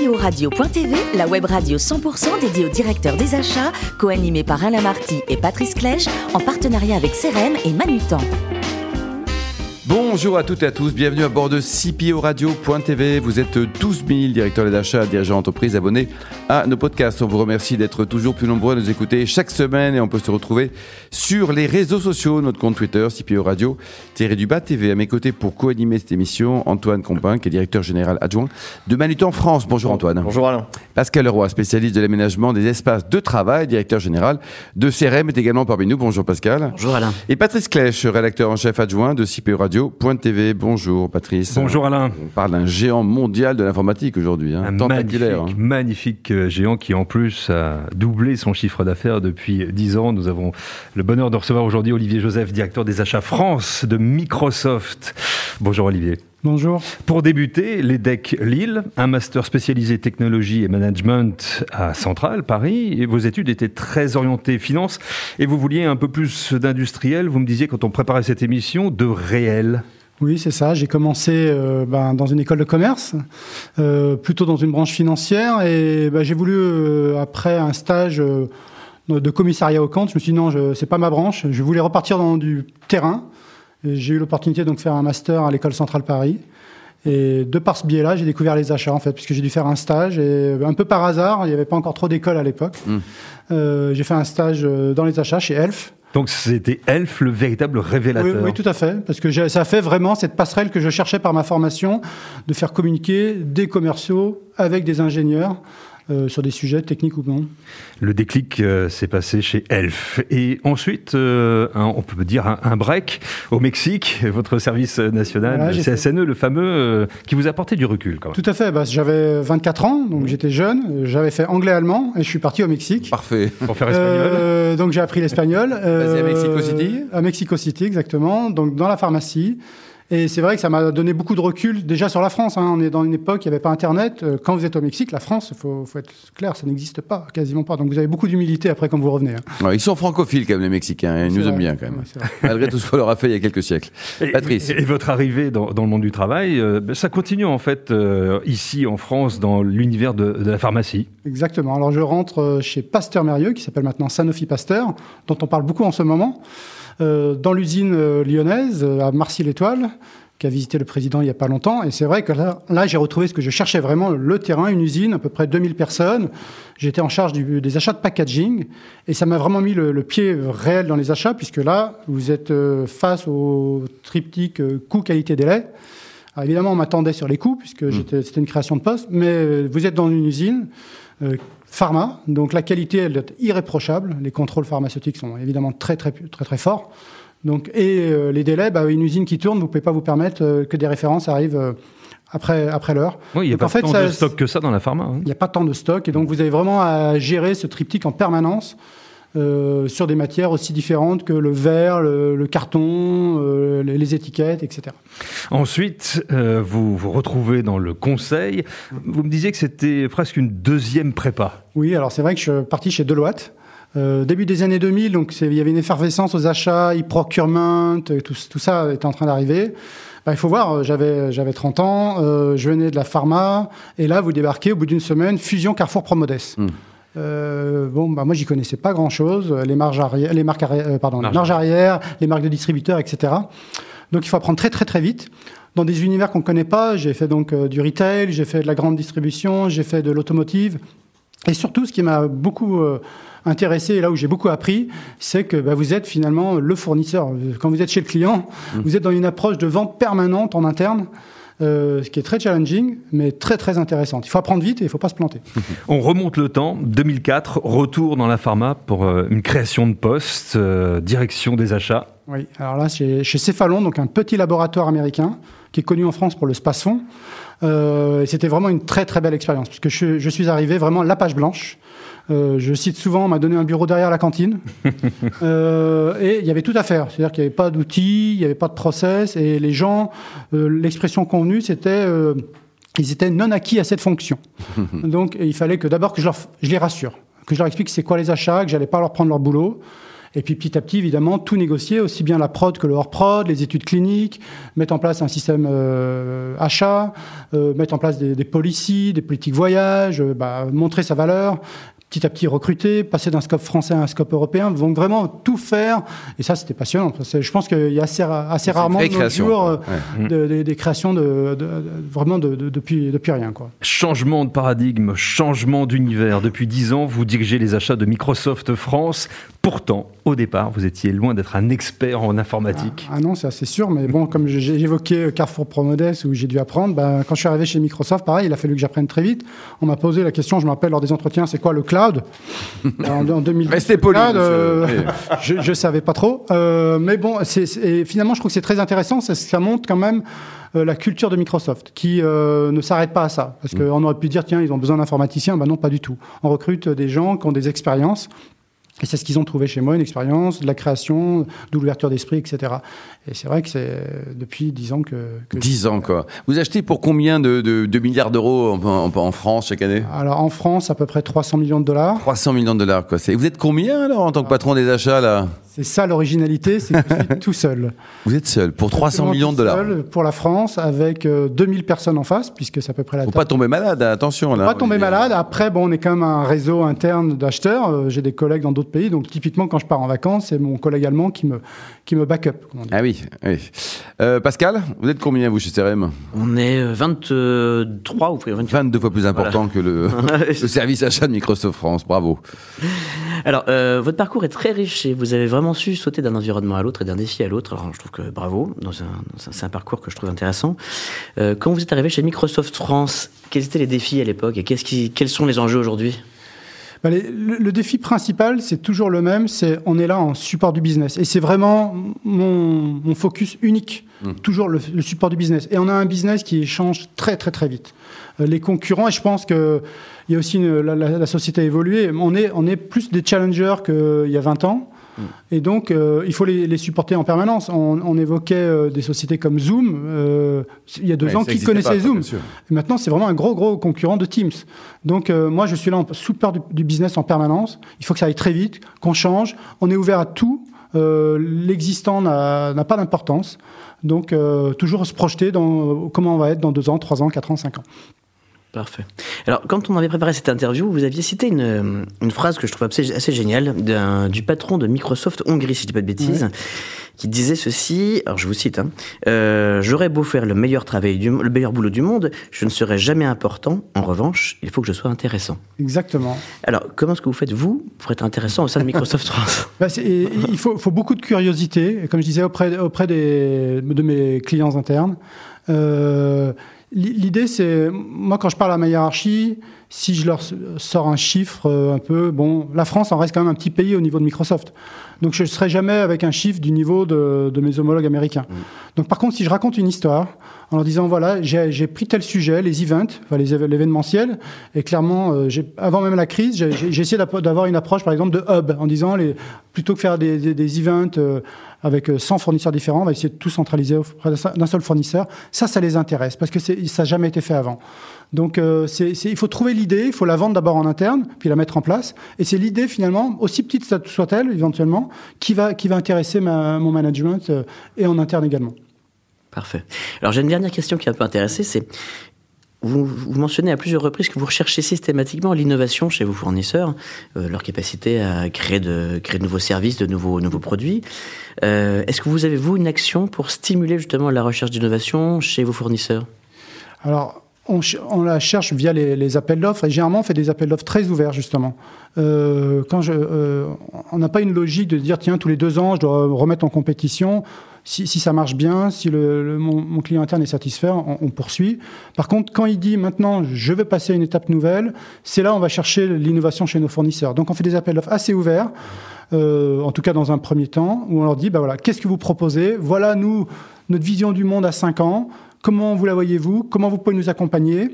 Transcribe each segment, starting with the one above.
CPO-radio.tv, la web radio 100% dédiée aux directeurs des achats, co-animée par Alain Marty et Patrice Clèche, en partenariat avec CRM et Manutan. Bonjour à toutes et à tous, bienvenue à bord de CPO-radio.tv. Vous êtes 12 000 directeurs d'achats, dirigeants d'entreprise abonnés à nos podcasts. On vous remercie d'être toujours plus nombreux à nous écouter chaque semaine et on peut se retrouver sur les réseaux sociaux, notre compte Twitter, CPO-radio-TV. À mes côtés pour co-animer cette émission, Antoine Compin, qui est directeur général adjoint de Manutan France. Bonjour Antoine. Bonjour Alain. Pascal Leroy, spécialiste de l'aménagement des espaces de travail, directeur général de CRM, est également parmi nous. Bonjour Pascal. Bonjour Alain. Et Patrice Clèche, rédacteur en chef adjoint de CPO-radio.tv. Bonjour Patrice. Bonjour Alain. On parle d'un géant mondial de l'informatique aujourd'hui. Un tentaculaire. magnifique géant qui en plus a doublé son chiffre d'affaires depuis 10 ans. Nous avons le bonheur de recevoir aujourd'hui Olivier Joseph, directeur des achats France de Microsoft. Bonjour Olivier. Bonjour. Pour débuter, l'EDEC Lille, un master spécialisé technologie et management à Centrale, Paris. Et vos études étaient très orientées finance et vous vouliez un peu plus d'industriel. Vous me disiez quand on préparait cette émission, de réel. Oui, c'est ça. J'ai commencé dans une école de commerce, plutôt dans une branche financière. Et j'ai voulu, après un stage de commissariat au compte, je me suis dit non, c'est pas ma branche. Je voulais repartir dans du terrain. Et j'ai eu l'opportunité de faire un master à l'école Centrale Paris. Et de par ce biais-là, j'ai découvert les achats, en fait, puisque j'ai dû faire un stage. Et un peu par hasard, il n'y avait pas encore trop d'écoles à l'époque. J'ai fait un stage dans les achats chez Elf. Donc c'était Elf le véritable révélateur. Oui, tout à fait. Parce que ça a fait vraiment cette passerelle que je cherchais par ma formation, de faire communiquer des commerciaux avec des ingénieurs. Sur des sujets techniques ou non. Le déclic s'est passé chez Elf. Et ensuite, on peut dire un break au Mexique, votre service national, voilà, CSNE, le fameux, qui vous a apporté du recul quand même. Tout à fait. J'avais 24 ans, donc j'étais jeune. J'avais fait anglais-allemand et je suis parti au Mexique. Parfait. Pour faire espagnol. Donc j'ai appris l'espagnol. Basé à Mexico City. À Mexico City, exactement. Donc dans la pharmacie. Et c'est vrai que ça m'a donné beaucoup de recul, déjà sur la France. On est dans une époque, il n'y avait pas Internet. Quand vous êtes au Mexique, la France, il faut être clair, ça n'existe pas, quasiment pas. Donc vous avez beaucoup d'humilité après quand vous revenez. Ouais, ils sont francophiles quand même, les Mexicains. Ils nous aiment bien quand même, malgré tout ce qu'on leur a fait il y a quelques siècles. Patrice. Et votre arrivée dans le monde du travail, ça continue en fait ici en France, dans l'univers de la pharmacie. Exactement. Alors je rentre chez Pasteur Mérieux, qui s'appelle maintenant Sanofi Pasteur, dont on parle beaucoup en ce moment. Dans l'usine lyonnaise, à Marcy-l'Étoile, qui a visité le président il n'y a pas longtemps. Et c'est vrai que là, j'ai retrouvé ce que je cherchais vraiment, le terrain, une usine, à peu près 2000 personnes. J'étais en charge des achats de packaging. Et ça m'a vraiment mis le pied réel dans les achats, puisque là, vous êtes face au triptyque coût, qualité, délai. Alors évidemment, on m'attendait sur les coûts, puisque c'était une création de poste. Mais vous êtes dans une usine pharma, donc la qualité, elle est irréprochable. Les contrôles pharmaceutiques sont évidemment très forts. Donc, et les délais, une usine qui tourne, vous ne pouvez pas vous permettre que des références arrivent après l'heure. Oui, il n'y a pas tant de stock que ça dans la pharma. Il n'y a pas tant de stock, et donc vous avez vraiment à gérer ce triptyque en permanence sur des matières aussi différentes que le verre, le carton, les étiquettes, etc. Ensuite, vous vous retrouvez dans le conseil. Vous me disiez que c'était presque une deuxième prépa. Oui, alors c'est vrai que je suis parti chez Deloitte. Début des années 2000, donc il y avait une effervescence aux achats, e-procurement, tout ça était en train d'arriver. Il faut voir, j'avais 30 ans, je venais de la pharma, et là, vous débarquez au bout d'une semaine, fusion Carrefour-Promodes. Moi, j'y connaissais pas grand-chose, les marges arrière, les marques arrière, les marques de distributeurs, etc. Donc, il faut apprendre très, très, très vite. Dans des univers qu'on ne connaît pas, j'ai fait donc du retail, j'ai fait de la grande distribution, j'ai fait de l'automotive. Et surtout, ce qui m'a beaucoup intéressé, et là où j'ai beaucoup appris, c'est que vous êtes finalement le fournisseur. Quand vous êtes chez le client, vous êtes dans une approche de vente permanente en interne, ce qui est très challenging, mais très très intéressante. Il faut apprendre vite et il ne faut pas se planter. On remonte le temps, 2004, retour dans la pharma pour une création de poste, direction des achats. Oui, alors là, chez Cephalon, donc un petit laboratoire américain qui est connu en France pour le Spasfon. C'était vraiment une très très belle expérience, puisque je suis arrivé vraiment la page blanche. Je cite souvent, on m'a donné un bureau derrière la cantine. Et il y avait tout à faire. C'est-à-dire qu'il n'y avait pas d'outils, il n'y avait pas de process. Et les gens, l'expression convenue, c'était ils étaient non acquis à cette fonction. Donc il fallait que d'abord que je les rassure, que je leur explique c'est quoi les achats, que je n'allais pas leur prendre leur boulot. Et puis petit à petit, évidemment, tout négocier, aussi bien la prod que le hors-prod, les études cliniques, mettre en place un système achat, mettre en place des policies, des politiques voyage, montrer sa valeur. Petit à petit recruter, passer d'un scope français à un scope européen, donc vraiment tout faire. Et ça, c'était passionnant. Je pense qu'il y a assez rarement de nos jours des créations vraiment depuis rien, quoi. Changement de paradigme, changement d'univers. Depuis 10 ans, vous dirigez les achats de Microsoft France. Pourtant, au départ, vous étiez loin d'être un expert en informatique. Ah non, c'est assez sûr. Mais bon, comme j'ai évoqué Carrefour Promodes, où j'ai dû apprendre, quand je suis arrivé chez Microsoft, pareil, il a fallu que j'apprenne très vite. On m'a posé la question, je me rappelle lors des entretiens, c'est quoi le cloud ? En 2010, restez poli, je savais pas trop. Mais bon, finalement, je trouve que c'est très intéressant. Ça montre quand même la culture de Microsoft, qui ne s'arrête pas à ça. Parce qu'on aurait pu dire, tiens, ils ont besoin d'informaticiens. Non, pas du tout. On recrute des gens qui ont des expériences. Et c'est ce qu'ils ont trouvé chez moi, une expérience, de la création, de l'ouverture d'esprit, etc. Et c'est vrai que c'est depuis 10 ans que 10 ans, quoi. Vous achetez pour combien de milliards d'euros en France chaque année ? Alors, en France, à peu près 300 millions de dollars. 300 millions de dollars, quoi. Vous êtes combien, alors, en tant que patron des achats, là ? C'est ça, l'originalité, c'est que je suis tout seul. Vous êtes seul, pour 300 millions de dollars. Seul pour la France, avec 2000 personnes en face, puisque c'est à peu près la taille. Faut pas tomber malade, attention, là. Faut pas tomber malade. Après, on est quand même un réseau interne d'acheteurs. J'ai des collègues dans d'autres pays. Donc, typiquement, quand je pars en vacances, c'est mon collègue allemand qui me back up. Ah oui. Pascal, vous êtes combien, vous, chez CRM ? On est 23 ou 22 fois plus important que le service achat de Microsoft France. Bravo. Alors, votre parcours est très riche et vous avez vraiment su sauter d'un environnement à l'autre et d'un défi à l'autre. Alors, je trouve que bravo. C'est un parcours que je trouve intéressant. Quand vous êtes arrivé chez Microsoft France, quels étaient les défis à l'époque et quels sont les enjeux aujourd'hui ? Le défi principal, c'est toujours le même, on est là en support du business. Et c'est vraiment mon focus unique, toujours le support du business. Et on a un business qui change très, très, très vite. Les concurrents, et je pense qu'il y a aussi la société a évolué, on est plus des challengers qu'il y a 20 ans. Et donc, il faut les supporter en permanence. On évoquait des sociétés comme Zoom. Il y a 2 ans, qui connaissait Zoom ? Et maintenant, c'est vraiment un gros concurrent de Teams. Donc, moi, je suis là en support du business en permanence. Il faut que ça aille très vite, qu'on change. On est ouvert à tout. L'existant n'a pas d'importance. Donc, toujours se projeter dans comment on va être dans 2 ans, 3 ans, 4 ans, 5 ans. Parfait. Alors, quand on avait préparé cette interview, vous aviez cité une phrase que je trouve assez géniale du patron de Microsoft Hongrie, si je ne dis pas de bêtises, qui disait ceci, alors je vous cite, j'aurais beau faire le meilleur boulot du monde, je ne serai jamais important. En revanche, il faut que je sois intéressant. Exactement. Alors, comment est-ce que vous faites, vous, pour être intéressant au sein de Microsoft France ? Il faut beaucoup de curiosité, comme je disais, auprès de mes clients internes. L'idée, c'est, moi, quand je parle à ma hiérarchie, si je leur sors un chiffre un peu, la France en reste quand même un petit pays au niveau de Microsoft. Donc, je ne serai jamais avec un chiffre du niveau de mes homologues américains. Donc, par contre, si je raconte une histoire en leur disant, voilà, j'ai pris tel sujet, les events, l'événementiel, et clairement, avant même la crise, j'ai essayé d'avoir une approche, par exemple, de hub, en disant, plutôt que faire des events avec 100 fournisseurs différents, on va essayer de tout centraliser auprès d'un seul fournisseur. Ça les intéresse, parce que ça n'a jamais été fait avant. Donc, il faut trouver l'idée, il faut la vendre d'abord en interne, puis la mettre en place. Et c'est l'idée, finalement, aussi petite soit-elle, éventuellement, qui va intéresser mon management et en interne également. Parfait. Alors, j'ai une dernière question qui est un peu intéressée, c'est... Vous mentionnez à plusieurs reprises que vous recherchez systématiquement l'innovation chez vos fournisseurs, leur capacité à créer de nouveaux services, de nouveaux produits. Est-ce que vous avez, vous, une action pour stimuler justement la recherche d'innovation chez vos fournisseurs ? Alors, on la cherche via les appels d'offres, et généralement on fait des appels d'offres très ouverts justement. On n'a pas une logique de dire tiens, tous les 2 ans je dois remettre en compétition. Si ça marche bien, si mon client interne est satisfait, on poursuit. Par contre, quand il dit maintenant je veux passer à une étape nouvelle, c'est là où on va chercher l'innovation chez nos fournisseurs. Donc on fait des appels d'offres assez ouverts, en tout cas dans un premier temps, où on leur dit voilà, qu'est-ce que vous proposez ? Voilà notre vision du monde à 5 ans. Comment vous la voyez-vous ? Comment vous pouvez nous accompagner ?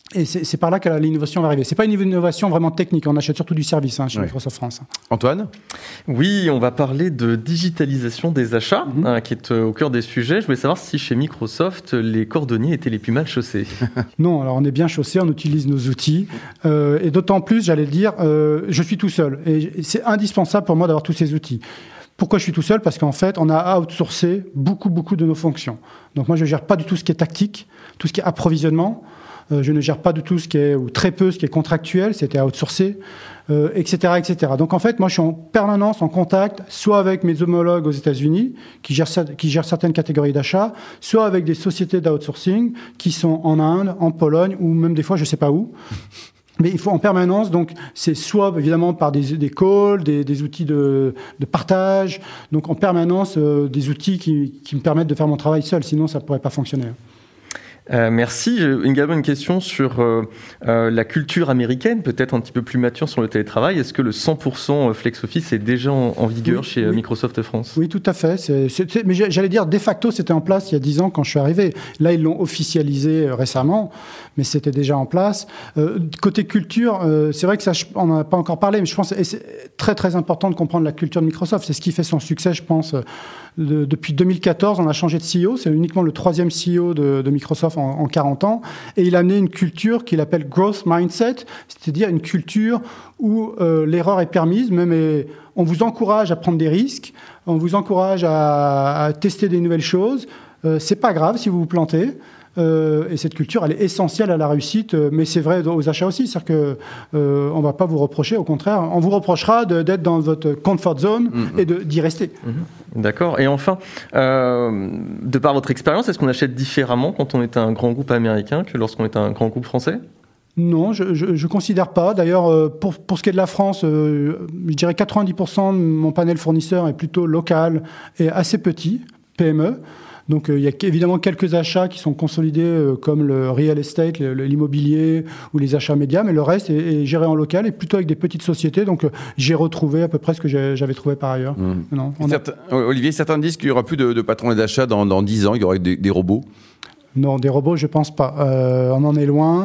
Et c'est par là que l'innovation va arriver. C'est pas une innovation vraiment technique. On achète surtout du service chez Microsoft France. Antoine ? Oui, on va parler de digitalisation des achats, qui est au cœur des sujets. Je voulais savoir si chez Microsoft, les cordonniers étaient les plus mal chaussés. Non, alors on est bien chaussés, on utilise nos outils. Et d'autant plus, j'allais le dire, je suis tout seul. Et c'est indispensable pour moi d'avoir tous ces outils. Pourquoi je suis tout seul ? Parce qu'en fait, on a outsourcé beaucoup de nos fonctions. Donc moi, je ne gère pas du tout ce qui est tactique, tout ce qui est approvisionnement. Je ne gère pas du tout ce qui est, ou très peu, ce qui est contractuel, c'était outsourcé, etc., etc. Donc en fait, moi, je suis en permanence en contact, soit avec mes homologues aux États-Unis, qui gèrent certaines catégories d'achat, soit avec des sociétés d'outsourcing qui sont en Inde, en Pologne, ou même des fois, je ne sais pas où. Mais il faut en permanence, donc c'est soit évidemment par des calls, des outils de partage, donc en permanence des outils qui me permettent de faire mon travail seul, sinon ça ne pourrait pas fonctionner. Merci. Également une question sur la culture américaine, peut-être un petit peu plus mature sur le télétravail. Est-ce que le 100% FlexOffice est déjà en vigueur chez Microsoft France ? Oui, tout à fait. Mais j'allais dire, de facto, c'était en place il y a 10 ans quand je suis arrivé. Là, ils l'ont officialisé récemment, mais c'était déjà en place. Côté culture, c'est vrai que ça, on n'en a pas encore parlé, mais je pense que c'est très, très important de comprendre la culture de Microsoft. C'est ce qui fait son succès, je pense. Depuis 2014, on a changé de CEO. C'est uniquement le 3e CEO de Microsoft en 40 ans. Et il a amené une culture qu'il appelle Growth Mindset, c'est-à-dire une culture où l'erreur est permise. On vous encourage à prendre des risques, on vous encourage à tester des nouvelles choses. C'est pas grave si vous vous plantez. Et cette culture, elle est essentielle à la réussite, mais c'est vrai aux achats aussi. C'est-à-dire qu'on ne va pas vous reprocher, au contraire, on vous reprochera d'être dans votre comfort zone et d'y rester. D'accord. Et enfin, de par votre expérience, est-ce qu'on achète différemment quand on est un grand groupe américain que lorsqu'on est un grand groupe français ? Non, je ne considère pas. D'ailleurs, pour ce qui est de la France, je dirais 90% de mon panel fournisseur est plutôt local et assez petit, PME. Donc, il y a évidemment quelques achats qui sont consolidés comme le real estate, l'immobilier ou les achats médias, mais le reste est géré en local et plutôt avec des petites sociétés. Donc, j'ai retrouvé à peu près ce que j'avais trouvé par ailleurs. Non, Olivier, certains disent qu'il n'y aura plus de patrons d'achat dans 10 ans, il y aura des robots. Non, des robots, je pense pas. On en est loin.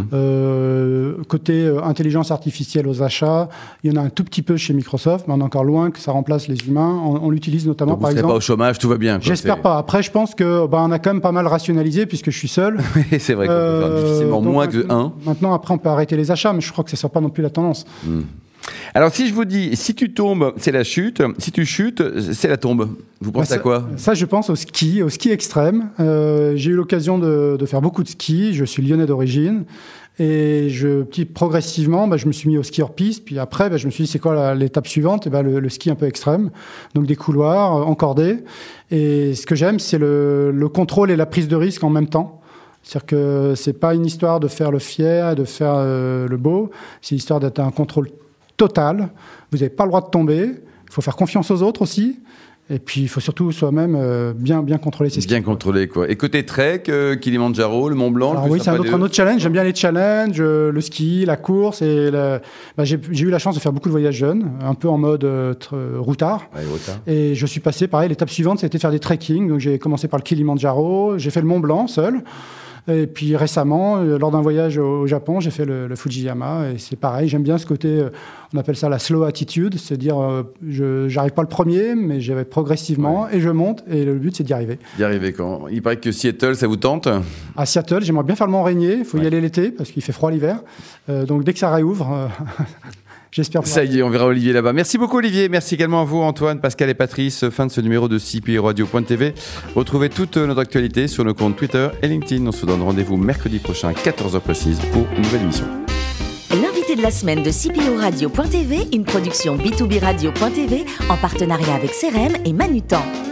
Côté intelligence artificielle aux achats, il y en a un tout petit peu chez Microsoft, mais on est encore loin que ça remplace les humains. On l'utilise notamment, donc par exemple. Vous ne serez pas au chômage, tout va bien. J'espère pas. Après, je pense que on a quand même pas mal rationalisé puisque je suis seul. Oui, c'est vrai qu'on peut faire difficilement moins que 1. Maintenant, après, on peut arrêter les achats, mais je crois que ça ne sort pas non plus la tendance. Alors, si je vous dis, si tu tombes, c'est la chute. Si tu chutes, c'est la tombe. Vous pensez à quoi ? Ça, je pense au ski extrême. J'ai eu l'occasion de faire beaucoup de ski. Je suis lyonnais d'origine. Et progressivement, je me suis mis au ski hors piste. Puis après, je me suis dit, c'est quoi l'étape suivante ? Et le ski un peu extrême. Donc, des couloirs encordés. Et ce que j'aime, c'est le contrôle et la prise de risque en même temps. C'est-à-dire que c'est pas une histoire de faire le fier, de faire le beau. C'est l'histoire d'être un contrôle total. Vous n'avez pas le droit de tomber. Il faut faire confiance aux autres aussi. Et puis, il faut surtout soi-même bien contrôler ses skis. Bien contrôler, quoi. Et côté trek, Kilimanjaro, le Mont Blanc... Alors oui, c'est un autre challenge. J'aime bien les challenges, le ski, la course. J'ai eu la chance de faire beaucoup de voyages jeunes, un peu en mode routard. Ouais, routard. Et je suis passé, pareil, l'étape suivante, c'était faire des trekking. Donc, j'ai commencé par le Kilimanjaro. J'ai fait le Mont Blanc, seul. Et puis récemment, lors d'un voyage au Japon, j'ai fait le Fujiyama. Et c'est pareil, j'aime bien ce côté, on appelle ça la slow attitude. C'est-à-dire, j'arrive pas le premier, mais j'y vais progressivement et je monte. Et le but, c'est d'y arriver. D'y arriver quand ? Il paraît que Seattle, ça vous tente ? À Seattle, j'aimerais bien faire le Mont Rainier. Il faut y aller l'été, parce qu'il fait froid l'hiver. Donc dès que ça réouvre... J'espère. Ça y est, on verra Olivier là-bas. Merci beaucoup Olivier. Merci également à vous Antoine, Pascal et Patrice. Fin de ce numéro de CPO Radio.tv. Retrouvez toute notre actualité sur nos comptes Twitter et LinkedIn. On se donne rendez-vous mercredi prochain à 14h précise pour une nouvelle émission. L'invité de la semaine de CPO Radio.tv, une production B2B Radio.tv en partenariat avec CRM et Manutan.